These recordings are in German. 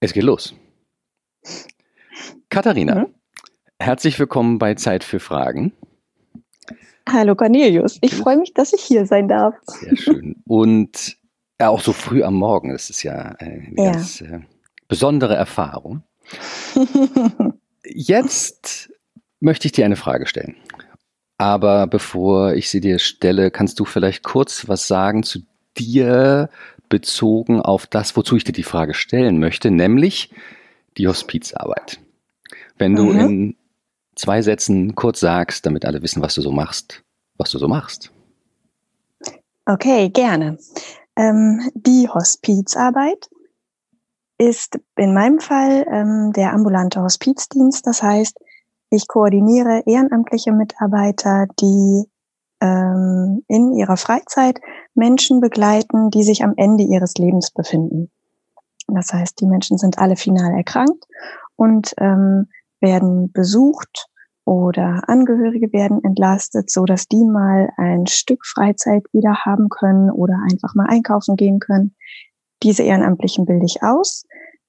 Es geht los. Katharina, Mhm. herzlich willkommen bei Zeit für Fragen. Hallo Cornelius, ich freue mich, dass ich hier sein darf. Sehr schön. Und auch so früh am Morgen, das ist ja eine Ja. ganz besondere Erfahrung. Jetzt möchte ich dir eine Frage stellen. Aber bevor ich sie dir stelle, kannst du vielleicht kurz was sagen zu dir, bezogen auf das, wozu ich dir die Frage stellen möchte, nämlich die Hospizarbeit. Wenn du in 2 Sätzen kurz sagst, damit alle wissen, was du so machst. Okay, gerne. Die Hospizarbeit ist in meinem Fall der ambulante Hospizdienst. Das heißt, ich koordiniere ehrenamtliche Mitarbeiter, die in ihrer Freizeit Menschen begleiten, die sich am Ende ihres Lebens befinden. Das heißt, die Menschen sind alle final erkrankt und werden besucht oder Angehörige werden entlastet, so dass die mal ein Stück Freizeit wieder haben können oder einfach mal einkaufen gehen können. Diese Ehrenamtlichen bilde ich aus.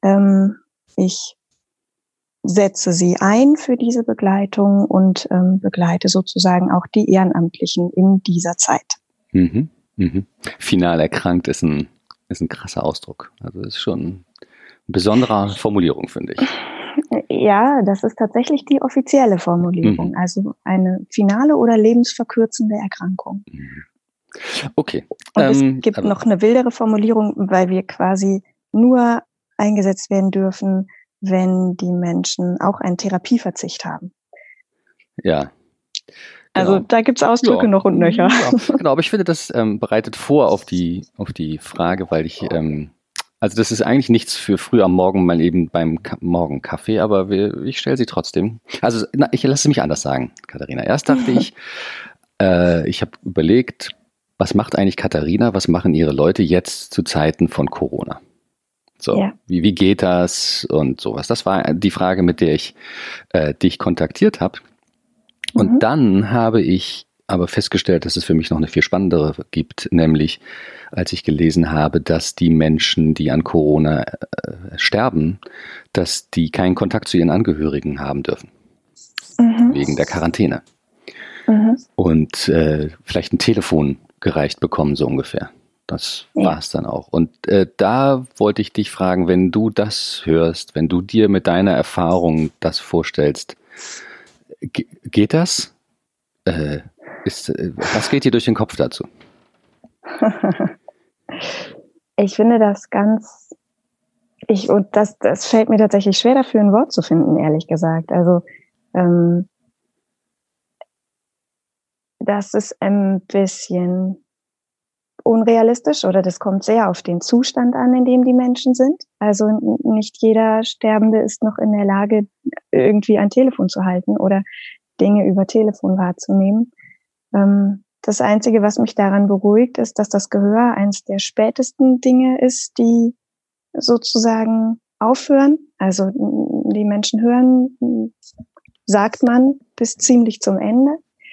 Ich setze sie ein für diese Begleitung und begleite sozusagen auch die Ehrenamtlichen in dieser Zeit. Mhm. Mhm. Final erkrankt ist ein krasser Ausdruck. Also das ist schon eine besondere Formulierung, finde ich. Ja, das ist tatsächlich die offizielle Formulierung. Also eine finale oder lebensverkürzende Erkrankung. Okay. Und es gibt noch eine wildere Formulierung, weil wir quasi nur eingesetzt werden dürfen, wenn die Menschen auch einen Therapieverzicht haben. Ja. Genau. Also da gibt es Ausdrücke noch und nöcher. Ja, genau, aber ich finde, das bereitet vor auf die Frage, weil ich, also das ist eigentlich nichts für früh am Morgen mal eben beim Morgenkaffee, aber ich stelle sie trotzdem. Also ich lasse mich anders sagen, Katharina. Erst dachte ich, ich habe überlegt, was macht eigentlich Katharina, was machen ihre Leute jetzt zu Zeiten von Corona? So, ja. Wie geht das und sowas? Das war die Frage, mit der ich dich kontaktiert habe. Und dann habe ich aber festgestellt, dass es für mich noch eine viel spannendere gibt, nämlich als ich gelesen habe, dass die Menschen, die an Corona sterben, dass die keinen Kontakt zu ihren Angehörigen haben dürfen, wegen der Quarantäne. Und vielleicht ein Telefon gereicht bekommen, so ungefähr. Das war es dann auch. Und da wollte ich dich fragen, wenn du das hörst, wenn du dir mit deiner Erfahrung das vorstellst, geht das? Was geht dir durch den Kopf dazu? Ich finde das das fällt mir tatsächlich schwer, dafür ein Wort zu finden, ehrlich gesagt. Also das ist ein bisschen unrealistisch oder das kommt sehr auf den Zustand an, in dem die Menschen sind. Also nicht jeder Sterbende ist noch in der Lage, irgendwie ein Telefon zu halten oder Dinge über Telefon wahrzunehmen. Das Einzige, was mich daran beruhigt, ist, dass das Gehör eines der spätesten Dinge ist, die sozusagen aufhören. Also die Menschen hören, sagt man, bis ziemlich zum Ende.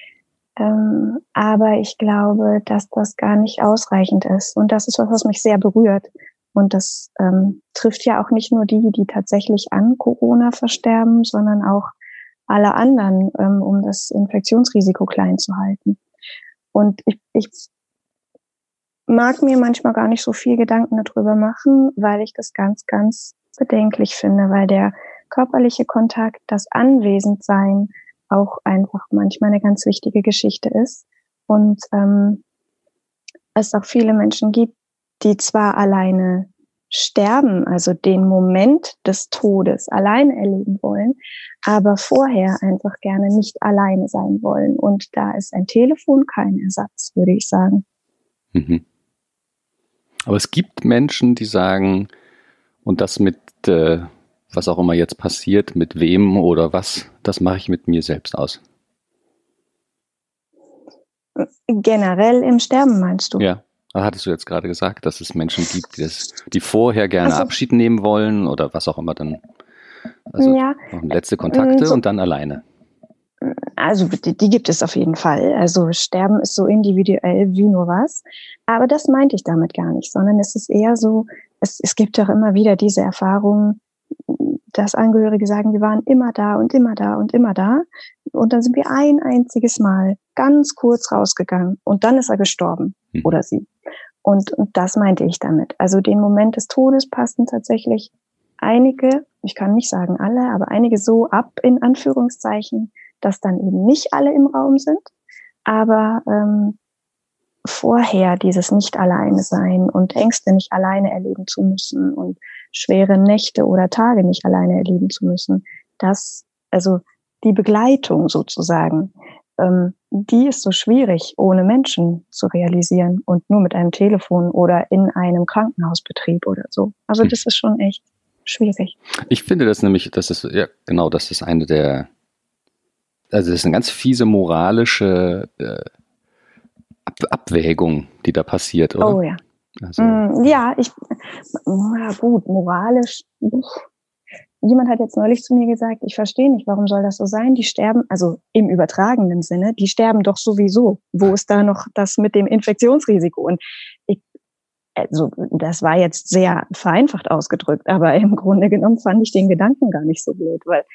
Aber ich glaube, dass das gar nicht ausreichend ist. Und das ist was mich sehr berührt. Und das trifft ja auch nicht nur die tatsächlich an Corona versterben, sondern auch alle anderen, um das Infektionsrisiko klein zu halten. Und ich mag mir manchmal gar nicht so viel Gedanken darüber machen, weil ich das ganz, ganz bedenklich finde, weil der körperliche Kontakt, das Anwesendsein auch einfach manchmal eine ganz wichtige Geschichte ist. Und es auch viele Menschen gibt, die zwar alleine sterben, also den Moment des Todes alleine erleben wollen, aber vorher einfach gerne nicht alleine sein wollen. Und da ist ein Telefon kein Ersatz, würde ich sagen. Mhm. Aber es gibt Menschen, die sagen, und das mit was auch immer jetzt passiert, mit wem oder was, das mache ich mit mir selbst aus. Generell im Sterben, meinst du? Ja, das hattest du jetzt gerade gesagt, dass es Menschen gibt, die vorher gerne Abschied nehmen wollen oder was auch immer dann. Also noch letzte Kontakte und dann alleine. Also die gibt es auf jeden Fall. Also Sterben ist so individuell wie nur was. Aber das meinte ich damit gar nicht, sondern es ist eher so, es gibt doch immer wieder diese Erfahrungen, dass Angehörige sagen, wir waren immer da und immer da und immer da. Und dann sind wir ein einziges Mal ganz kurz rausgegangen und dann ist er gestorben oder sie. Und das meinte ich damit. Also den Moment des Todes passen tatsächlich einige, ich kann nicht sagen alle, aber einige so ab, in Anführungszeichen, dass dann eben nicht alle im Raum sind. Aber vorher dieses nicht alleine sein und Ängste nicht alleine erleben zu müssen und schwere Nächte oder Tage nicht alleine erleben zu müssen, also die Begleitung sozusagen, die ist so schwierig, ohne Menschen zu realisieren und nur mit einem Telefon oder in einem Krankenhausbetrieb oder so. Also das ist schon echt schwierig. Ich finde das nämlich, das ist eine der, also das ist eine ganz fiese moralische Abwägung, die da passiert, oder? Oh ja. Also, gut, moralisch. Jemand hat jetzt neulich zu mir gesagt, ich verstehe nicht, warum soll das so sein? Die sterben, also im übertragenen Sinne, die sterben doch sowieso. Wo ist da noch das mit dem Infektionsrisiko? Und das war jetzt sehr vereinfacht ausgedrückt, aber im Grunde genommen fand ich den Gedanken gar nicht so blöd, weil,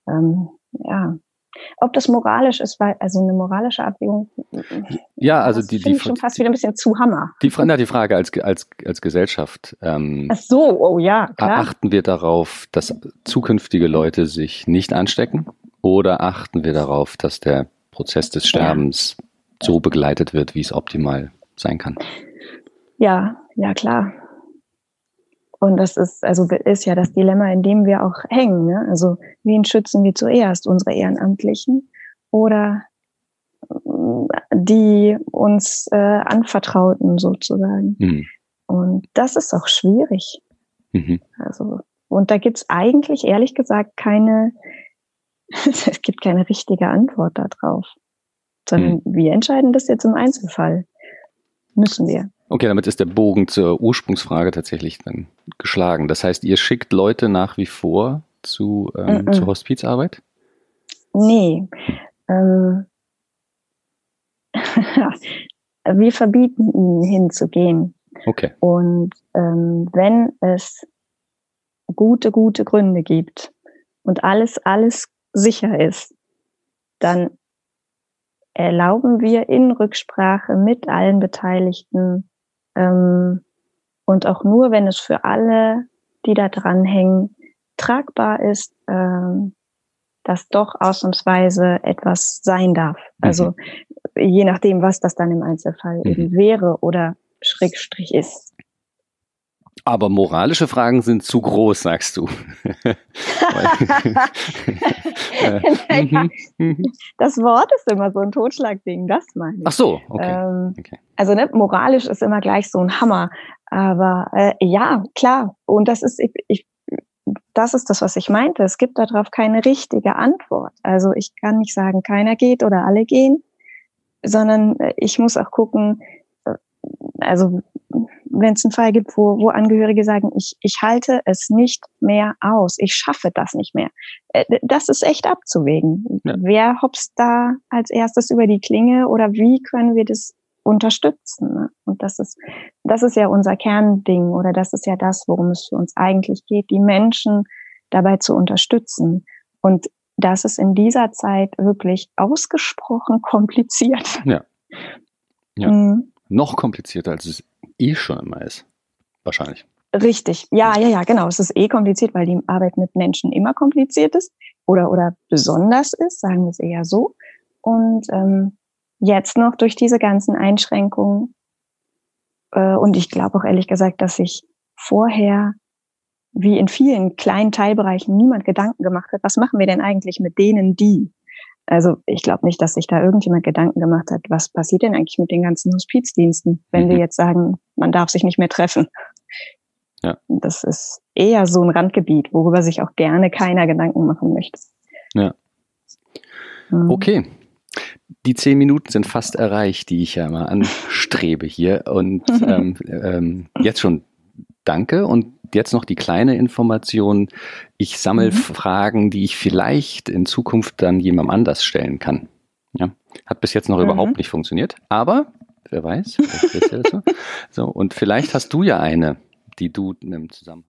ob das moralisch ist, weil, also eine moralische Abwägung. Ja, also die finde ich schon fast wieder ein bisschen zu Hammer. Die Frage als Gesellschaft. Ach so, oh ja, klar. Achten wir darauf, dass zukünftige Leute sich nicht anstecken? Oder achten wir darauf, dass der Prozess des Sterbens so begleitet wird, wie es optimal sein kann? Ja, klar. Und das ist ja das Dilemma, in dem wir auch hängen, ne? Also, wen schützen wir zuerst? Unsere Ehrenamtlichen oder die uns Anvertrauten sozusagen? Mhm. Und das ist auch schwierig. Mhm. Also, und da gibt's eigentlich, ehrlich gesagt, es gibt keine richtige Antwort darauf. Sondern wir entscheiden das jetzt im Einzelfall. Müssen wir. Okay, damit ist der Bogen zur Ursprungsfrage tatsächlich dann geschlagen. Das heißt, ihr schickt Leute nach wie vor zur Hospizarbeit? Nee. Wir verbieten ihnen hinzugehen. Okay. Und wenn es gute Gründe gibt und alles sicher ist, dann erlauben wir in Rücksprache mit allen Beteiligten und auch nur, wenn es für alle, die da dranhängen, tragbar ist, dass doch ausnahmsweise etwas sein darf. Also je nachdem, was das dann im Einzelfall eben wäre oder Schrägstrich ist. Aber moralische Fragen sind zu groß, sagst du. Das Wort ist immer so ein Totschlagding, das meine ich. Ach so, okay. Also moralisch ist immer gleich so ein Hammer. Aber ja, klar. Und das ist das, was ich meinte. Es gibt darauf keine richtige Antwort. Also ich kann nicht sagen, keiner geht oder alle gehen, sondern ich muss auch gucken, also wenn es einen Fall gibt, wo Angehörige sagen, ich halte es nicht mehr aus, ich schaffe das nicht mehr. Das ist echt abzuwägen. Ja. Wer hopst da als erstes über die Klinge oder wie können wir das unterstützen? Ne? Und das ist ja unser Kernding oder das ist ja das, worum es für uns eigentlich geht, die Menschen dabei zu unterstützen. Und das ist in dieser Zeit wirklich ausgesprochen kompliziert. Ja. Noch komplizierter, als es schon immer ist. Wahrscheinlich. Richtig. Ja, genau. Es ist kompliziert, weil die Arbeit mit Menschen immer kompliziert ist oder besonders ist, sagen wir es eher so. Und jetzt noch durch diese ganzen Einschränkungen und ich glaube auch ehrlich gesagt, dass sich vorher wie in vielen kleinen Teilbereichen niemand Gedanken gemacht hat, was machen wir denn eigentlich mit denen, die? Also ich glaube nicht, dass sich da irgendjemand Gedanken gemacht hat, was passiert denn eigentlich mit den ganzen Hospizdiensten, wenn wir jetzt sagen, man darf sich nicht mehr treffen. Ja. Das ist eher so ein Randgebiet, worüber sich auch gerne keiner Gedanken machen möchte. Ja. Okay. Die 10 Minuten sind fast erreicht, die ich ja mal anstrebe hier. Und jetzt schon danke. Und jetzt noch die kleine Information. Ich sammle Fragen, die ich vielleicht in Zukunft dann jemandem anders stellen kann. Ja. Hat bis jetzt noch überhaupt nicht funktioniert. Aber, wer weiß, vielleicht ist ja so. Und vielleicht hast du ja eine, die du zusammen